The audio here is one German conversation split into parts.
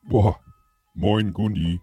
Boah, moin Gundi.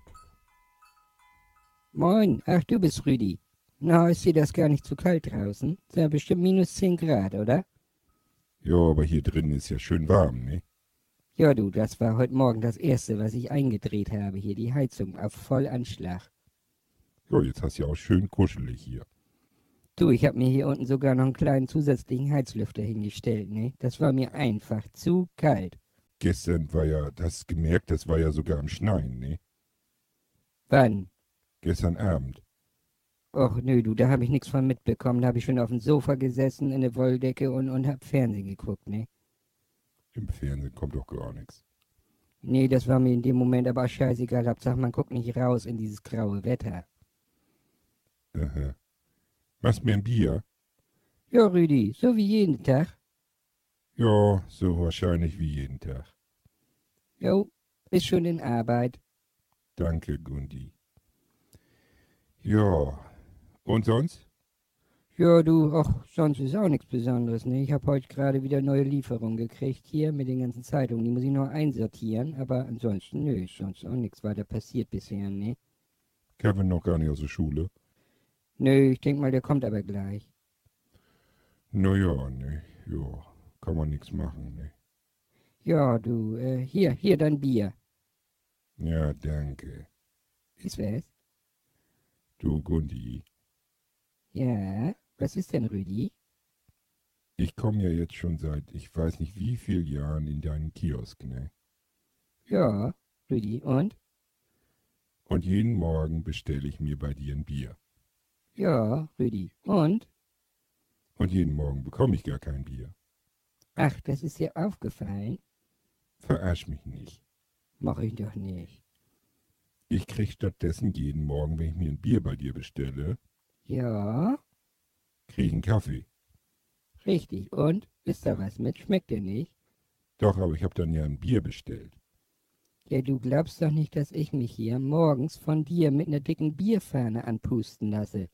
Moin, ach du bist Rüdi. Na, ist dir das gar nicht zu kalt draußen? Ist ja bestimmt minus 10 Grad, oder? Ja, aber hier drin ist ja schön warm, ne? Ja du, das war heute Morgen das Erste, was ich eingedreht habe hier, die Heizung auf Vollanschlag. Ja, jetzt hast du ja auch schön kuschelig hier. Du, ich habe mir hier unten sogar noch einen kleinen zusätzlichen Heizlüfter hingestellt, ne? Das war mir einfach zu kalt. Gestern war ja, das gemerkt, das war ja sogar am Schneien, ne? Wann? Gestern Abend. Och nö, du, da habe ich nichts von mitbekommen. Da habe ich schon auf dem Sofa gesessen in der Wolldecke und hab Fernsehen geguckt, ne? Im Fernsehen kommt doch gar nichts. Nee, das war mir in dem Moment aber auch scheißegal. Hauptsache, man guckt nicht raus in dieses graue Wetter. Aha. Machst mir ein Bier? Ja, Rüdi, so wie jeden Tag. Ja, so wahrscheinlich wie jeden Tag. Jo, ist schon in Arbeit. Danke, Gundi. Ja, und sonst? Ja, du, ach, sonst ist auch nichts Besonderes, ne? Ich habe heute gerade wieder neue Lieferungen gekriegt hier mit den ganzen Zeitungen. Die muss ich noch einsortieren, aber ansonsten, nö, ist sonst auch nichts weiter passiert bisher, ne? Kevin noch gar nicht aus der Schule? Nö, ich denk mal, der kommt aber gleich. Naja, ne, ja, kann man nichts machen, ne? Ja, du, hier dein Bier. Ja, danke. Ist was? Du, Gundi, Ja, was ist denn, Rüdi? ich komme ja jetzt schon seit ich weiß nicht wie vielen Jahren in deinen Kiosk, ne? Ja, Rüdi, und? Und jeden Morgen bestelle ich mir bei dir ein Bier. Ja, Rüdi, und? Und jeden Morgen bekomme ich gar kein Bier. Ach, das ist dir aufgefallen? Verarsch mich nicht. Mach ich doch nicht. Ich krieg stattdessen jeden Morgen, wenn ich mir ein Bier bei dir bestelle, Ja, krieg ich einen Kaffee. richtig, und? Ist da was mit? Schmeckt dir nicht? Doch, aber ich habe dann ja ein Bier bestellt. Ja, du glaubst doch nicht, dass ich mich hier morgens von dir mit einer dicken Bierfahne anpusten lasse.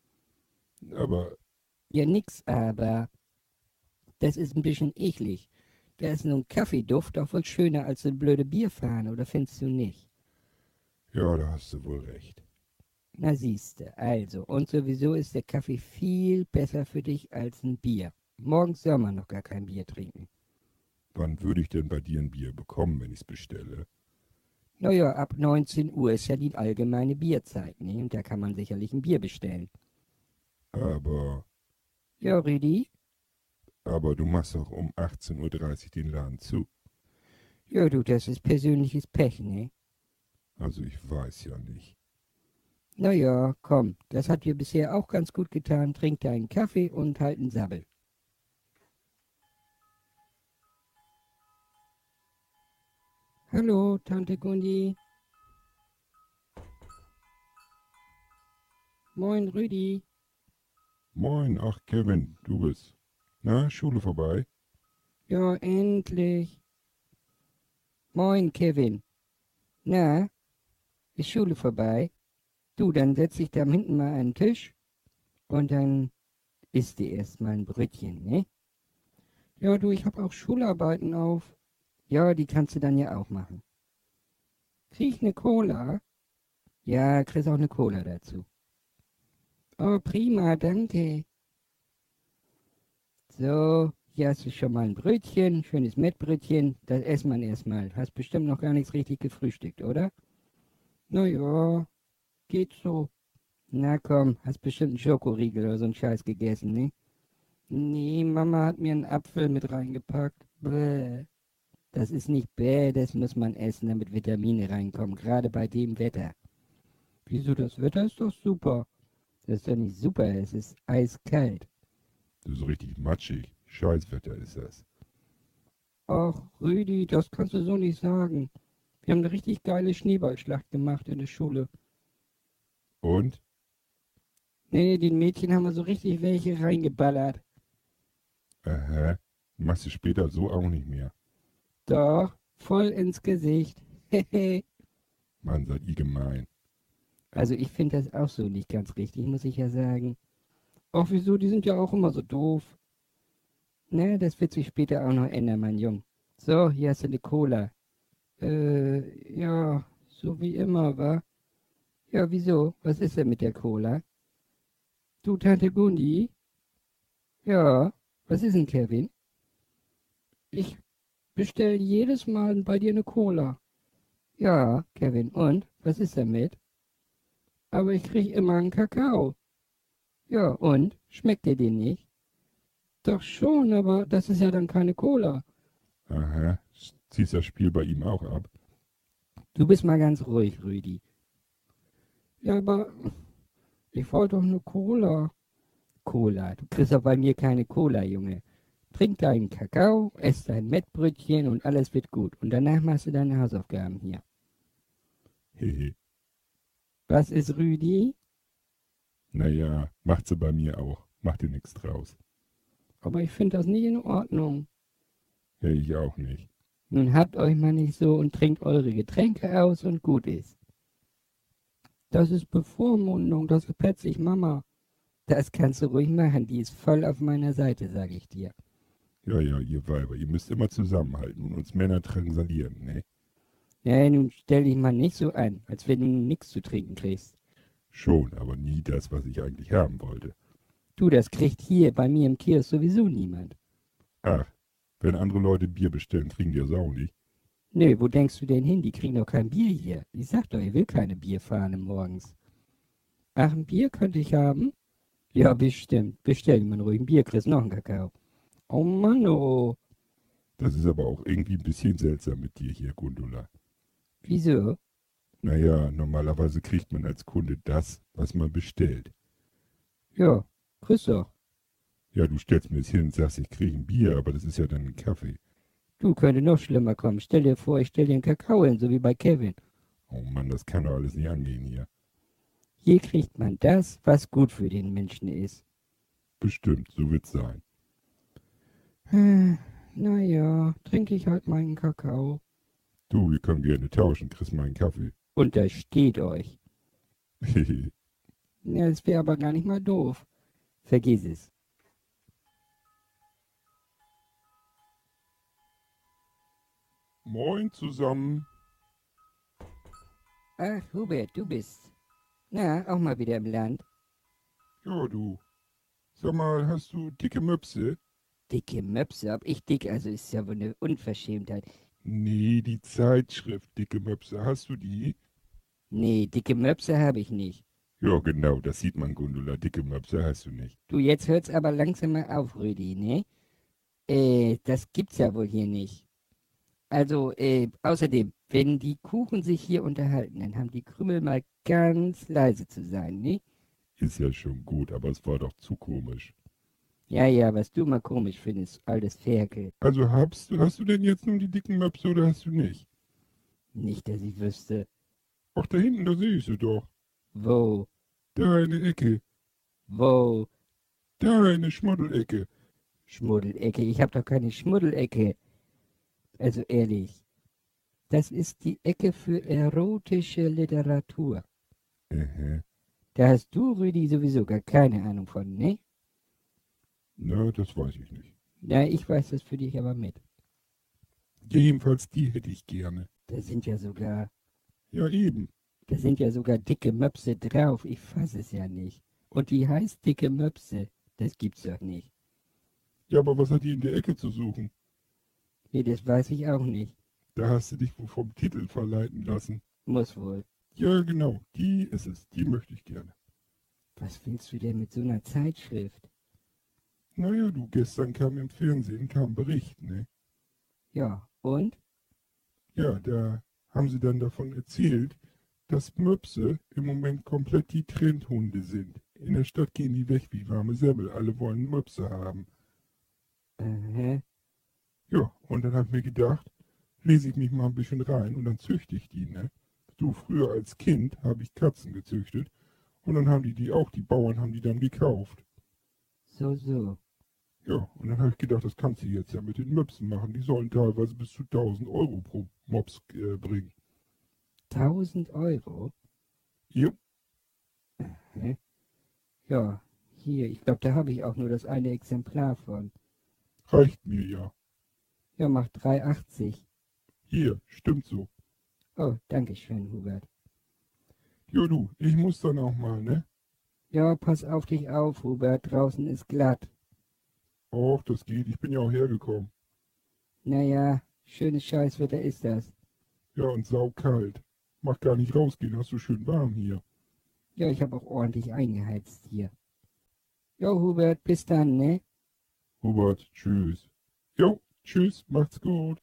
Aber, Ja, nix aber. Das ist ein bisschen eklig. Da ist so ein Kaffeeduft doch wohl schöner als so eine blöde Bierfahne, oder findest du nicht? ja, da hast du wohl recht. Na siehste, also, und sowieso ist der Kaffee viel besser für dich als ein Bier. Morgens soll man noch gar kein Bier trinken. Wann würde ich denn bei dir ein Bier bekommen, wenn ich es bestelle? Naja, ab 19 Uhr ist ja die allgemeine Bierzeit, ne? Und da kann man sicherlich ein Bier bestellen. Aber, Ja, Rüdi? aber du machst doch um 18:30 Uhr den Laden zu. Ja, du, das ist persönliches Pech, ne? Also ich weiß ja nicht. Naja, komm, das hat dir bisher auch ganz gut getan. Trink deinen Kaffee und halt einen Sabbel. Hallo, Tante Gundi. Moin, Rüdi. Moin, ach Kevin, du bist. Na, Schule vorbei? Ja, endlich. Moin, Kevin. Na, ist Schule vorbei? Du, dann setz dich da hinten mal an den Tisch und dann isst dir erst mal ein Brötchen, ne? Ja, du, ich hab auch Schularbeiten auf. Ja, die kannst du dann ja auch machen. Krieg ich eine Cola? Ja, kriegst auch eine Cola dazu. Oh, prima, danke. So, hier hast du schon mal ein Brötchen, schönes Mettbrötchen. Das esst man erstmal. Hast bestimmt noch gar nichts richtig gefrühstückt, oder? Na ja, geht so. Na komm, hast bestimmt einen Schokoriegel oder so einen Scheiß gegessen, ne? Nee, Mama hat mir einen Apfel mit reingepackt. Bäh. Das ist nicht bäh, das muss man essen, damit Vitamine reinkommen, gerade bei dem Wetter. Wieso, das Wetter ist doch super. Das ist doch nicht super, es ist eiskalt. Das ist richtig matschig. Scheißwetter ist das. Ach, Rüdi, das kannst du so nicht sagen. Wir haben eine richtig geile Schneeballschlacht gemacht in der Schule. Und? Nee, den Mädchen haben wir so richtig welche reingeballert. Aha. Machst du später so auch nicht mehr. Doch, voll ins Gesicht. Hehe. Mann, seid ihr gemein. Also ich finde das auch so nicht ganz richtig, muss ich ja sagen. Ach, wieso? Die sind ja auch immer so doof. Ne, das wird sich später auch noch ändern, mein Junge. So, hier hast du eine Cola. Ja, so wie immer, wa? Ja, wieso? Was ist denn mit der Cola? Du, Tante Gundi? Ja, was ist denn, Kevin? Ich bestelle jedes Mal bei dir eine Cola. Ja, Kevin, und? Was ist damit? Aber ich krieg immer einen Kakao. Ja, und? Schmeckt dir den nicht? Doch schon, aber das ist ja dann keine Cola. Aha, ziehst das Spiel bei ihm auch ab? Du bist mal ganz ruhig, Rüdi. Ja, aber ich wollte doch eine Cola. Cola, du kriegst doch bei mir keine Cola, Junge. Trink deinen Kakao, ess dein Mettbrötchen und alles wird gut. Und danach machst du deine Hausaufgaben hier. Hehe. Was ist Rüdi? Naja, macht sie bei mir auch. Macht dir nichts draus. Aber ich finde das nicht in Ordnung. Ja, ich auch nicht. Nun habt euch mal nicht so und trinkt eure Getränke aus und gut ist. Das ist Bevormundung, das petzt sich Mama. Das kannst du ruhig machen, die ist voll auf meiner Seite, sag ich dir. Ja, ja, ihr Weiber, ihr müsst immer zusammenhalten und uns Männer drangsalieren, ne? Ja, nun stell dich mal nicht so an, als wenn du nichts zu trinken kriegst. Schon, aber nie das, was ich eigentlich haben wollte. Du, das kriegt hier bei mir im Kiosk sowieso niemand. Ach, wenn andere Leute Bier bestellen, kriegen die das auch nicht. Nö, wo denkst du denn hin? Die kriegen doch kein Bier hier. Ich sag doch, ich will keine Bierfahne morgens. Ach, ein Bier könnte ich haben? Ja, bestimmt. Bestell dir mal ruhig ein Bier, kriegst noch einen Kakao. Oh Mann, oh. Das ist aber auch irgendwie ein bisschen seltsam mit dir hier, Gundula. Wieso? Naja, normalerweise kriegt man als Kunde das, was man bestellt. Ja, kriegst doch. Ja, du stellst mir jetzt hin und sagst, ich kriege ein Bier, aber das ist ja dann ein Kaffee. Du, könnte noch schlimmer kommen. Stell dir vor, ich stell dir einen Kakao hin, so wie bei Kevin. Oh Mann, das kann doch alles nicht angehen hier. Hier kriegt man das, was gut für den Menschen ist. Bestimmt, so wird's sein. Naja, trinke ich halt meinen Kakao. Du, wir können gerne tauschen, kriegst mal einen Kaffee. Und das steht euch. Ja, das wäre aber gar nicht mal doof. Vergiss es. Moin zusammen. Ach, Hubert, du bist. Na, auch mal wieder im Land. Ja, du. Sag mal, hast du dicke Möpse? Dicke Möpse, ob ich dick, also ist ja wohl eine Unverschämtheit. Nee, die Zeitschrift Dicke Möpse. Hast du die? Nee, dicke Möpse habe ich nicht. Ja, genau, das sieht man, Gundula. Dicke Möpse hast du nicht. Du, jetzt hört's aber langsam mal auf, Rüdi, ne? Das gibt's ja wohl hier nicht. Also, außerdem, wenn die Kuchen sich hier unterhalten, dann haben die Krümel mal ganz leise zu sein, ne? Ist ja schon gut, aber es war doch zu komisch. Ja, ja, was du mal komisch findest, altes Ferkel. Also hast du denn jetzt nun die dicken Möpse oder hast du nicht? Nicht, dass ich wüsste. Ach, da hinten, da sehe ich sie doch. Wo, Da eine Ecke. wo, Da eine Schmuddelecke. Schmuddelecke. Ich hab doch keine Schmuddelecke. Also ehrlich, das ist die Ecke für erotische Literatur. Aha. Da hast du, Rüdi, sowieso gar keine Ahnung von, ne? Na, das weiß ich nicht. Ja, ich weiß das für dich aber mit. Ja, jedenfalls die hätte ich gerne. Da sind ja sogar, Ja, eben. da sind ja sogar dicke Möpse drauf. Ich fass es ja nicht. Und die heißt dicke Möpse. Das gibt's doch nicht. Ja, aber was hat die in der Ecke zu suchen? Nee, das weiß ich auch nicht. Da hast du dich wohl vom Titel verleiten lassen. Muss wohl. Ja, genau, die ist es. Die möchte ich gerne. Was willst du denn mit so einer Zeitschrift? Naja, du, gestern kam im Fernsehen, kam ein Bericht, ne? Ja, und? Ja, da haben sie dann davon erzählt, dass Möpse im Moment komplett die Trendhunde sind. In der Stadt gehen die weg wie warme Semmel. Alle wollen Möpse haben. Hä? Ja, und dann habe ich mir gedacht, lese ich mich mal ein bisschen rein und dann züchte ich die, ne? Du, früher als Kind habe ich Katzen gezüchtet und dann haben die auch, die Bauern haben die dann gekauft. So, so. Ja, und dann habe ich gedacht, das kannst du jetzt ja mit den Möpsen machen. Die sollen teilweise bis zu 1.000 € pro Mops bringen. 1.000 €? Ja, Hä? Ja, hier, ich glaube, da habe ich auch nur das eine Exemplar von. reicht mir ja. Ja, macht 3,80. Hier, stimmt so. Oh, danke schön, Hubert. Jo du, ich muss dann auch mal, ne? Ja, pass auf dich auf, Hubert. Draußen ist glatt. Och, das geht, ich bin ja auch hergekommen. Naja, schönes Scheißwetter ist das. Ja, und saukalt. Mach gar nicht rausgehen, hast du schön warm hier. Ja, ich habe auch ordentlich eingeheizt hier. Jo, Hubert, bis dann, ne? Hubert, tschüss. Jo, tschüss, macht's gut.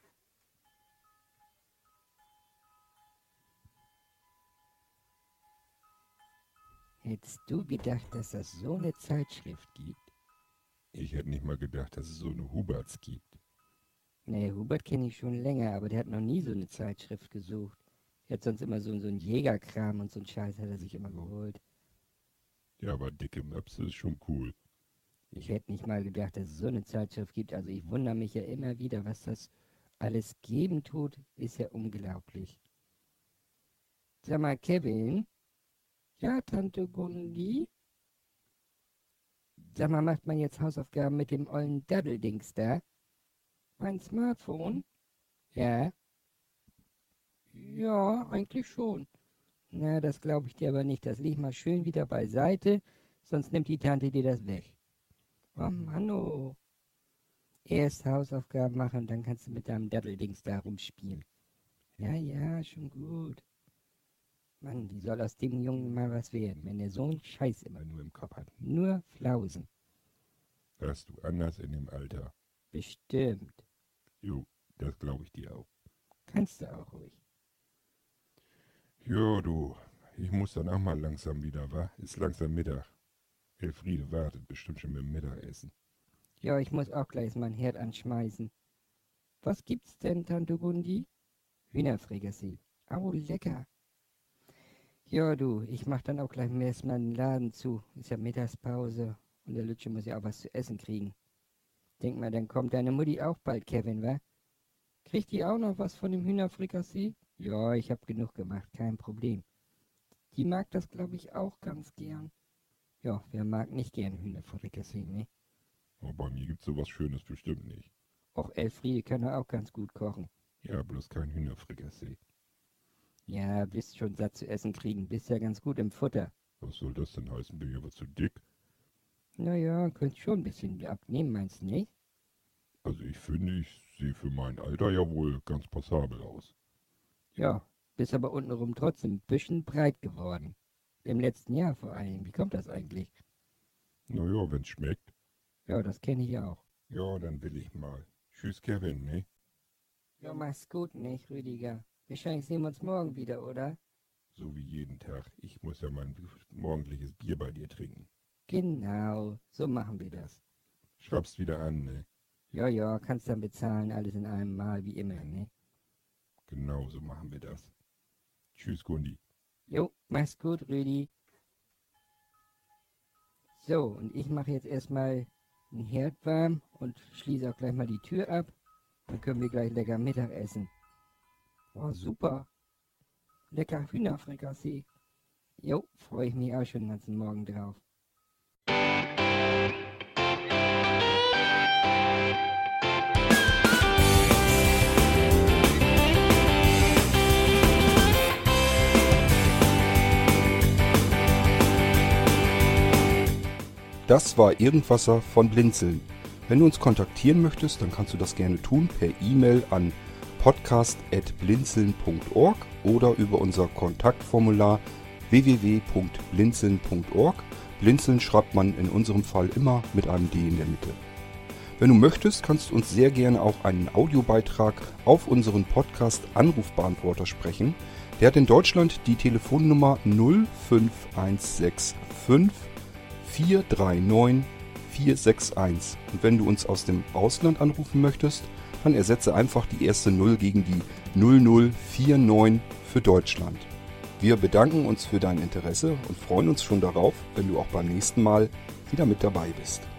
Hättest du gedacht, dass das so eine Zeitschrift gibt? Ich hätte nicht mal gedacht, dass es so eine Huberts gibt. Nee, Hubert kenne ich schon länger, aber der hat noch nie so eine Zeitschrift gesucht. Der hat sonst immer so einen Jägerkram und so einen Scheiß hat er sich immer geholt. Ja, aber dicke Möpse ist schon cool. Ich hätte nicht mal gedacht, dass es so eine Zeitschrift gibt. Also ich wundere mich ja immer wieder, was das alles geben tut. Ist ja unglaublich. Sag mal, Kevin? Ja, Tante Gundi? Sag mal, macht man jetzt Hausaufgaben mit dem ollen Daddeldings da? Mein Smartphone? Ja. Ja, eigentlich schon. Na, das glaube ich dir aber nicht. Das liegt mal schön wieder beiseite, sonst nimmt die Tante dir das weg. Oh Mann, oh. Erst Hausaufgaben machen, dann kannst du mit deinem Daddeldings da rumspielen. Ja, ja, schon gut. Mann, die soll aus dem Jungen mal was werden, wenn der so einen Scheiß immer nur im Kopf hat. Nur Flausen. Wärst du anders in dem Alter? Bestimmt. Jo, das glaube ich dir auch. Kannst du auch ruhig. Jo, du, ich muss dann auch mal langsam wieder, wa? Ist langsam Mittag. Elfriede wartet bestimmt schon mit dem Mittagessen. Ja, ich muss auch gleich meinen Herd anschmeißen. Was gibt's denn, Tante Gundi? Hühnerfrikassee. Au, lecker. Ja, du, ich mach dann auch gleich erstmal den Laden zu. Ist ja Mittagspause und der Lütsche muss ja auch was zu essen kriegen. Denk mal, dann kommt deine Mutti auch bald, Kevin, wa? Kriegt die auch noch was von dem Hühnerfrikassee? Ja, ich hab genug gemacht, kein Problem. Die mag das, glaube ich, auch ganz gern. Ja, wer mag nicht gern Hühnerfrikassee, ne? Aber bei mir gibt's sowas Schönes bestimmt nicht. Auch Elfriede kann auch ganz gut kochen. Ja, bloß kein Hühnerfrikassee. Ja, bist schon satt zu essen kriegen, bist ja ganz gut im Futter. Was soll das denn heißen? Bin ich aber zu dick? Naja, könnt schon ein bisschen abnehmen, meinst du nicht? Also ich finde, ich sehe für mein Alter ja wohl ganz passabel aus. Ja, bist aber untenrum trotzdem ein bisschen breit geworden. Im letzten Jahr vor allem. Wie kommt das eigentlich? Naja, wenn's schmeckt. Ja, das kenne ich auch. Ja, dann will ich mal. Tschüss, Kevin, ne? Ja, mach's gut, nicht, Rüdiger? Wahrscheinlich sehen wir uns morgen wieder, oder? So wie jeden Tag. Ich muss ja mein morgendliches Bier bei dir trinken. Genau, so machen wir das. Schraubst wieder an, ne? Ja, ja, kannst dann bezahlen, alles in einem Mal, wie immer, ne? Genau, so machen wir das. Tschüss, Gundi. Jo, mach's gut, Rüdi. So, und ich mache jetzt erstmal den Herd warm und schließe auch gleich mal die Tür ab. Dann können wir gleich lecker Mittag essen. Oh, super. Lecker Hühnerfrikassee. Jo, freue ich mich auch schon den ganzen Morgen drauf. Das war Irgendwasser von Blinzeln. Wenn du uns kontaktieren möchtest, dann kannst du das gerne tun per E-Mail an podcast@blinzeln.org oder über unser Kontaktformular www.blinzeln.org. Blinzeln schreibt man in unserem Fall immer mit einem D in der Mitte. Wenn du möchtest, kannst du uns sehr gerne auch einen Audiobeitrag auf unseren Podcast Anrufbeantworter sprechen. Der hat in Deutschland die Telefonnummer 05165 439 461. Und wenn du uns aus dem Ausland anrufen möchtest, dann ersetze einfach die erste 0 gegen die 0049 für Deutschland. Wir bedanken uns für dein Interesse und freuen uns schon darauf, wenn du auch beim nächsten Mal wieder mit dabei bist.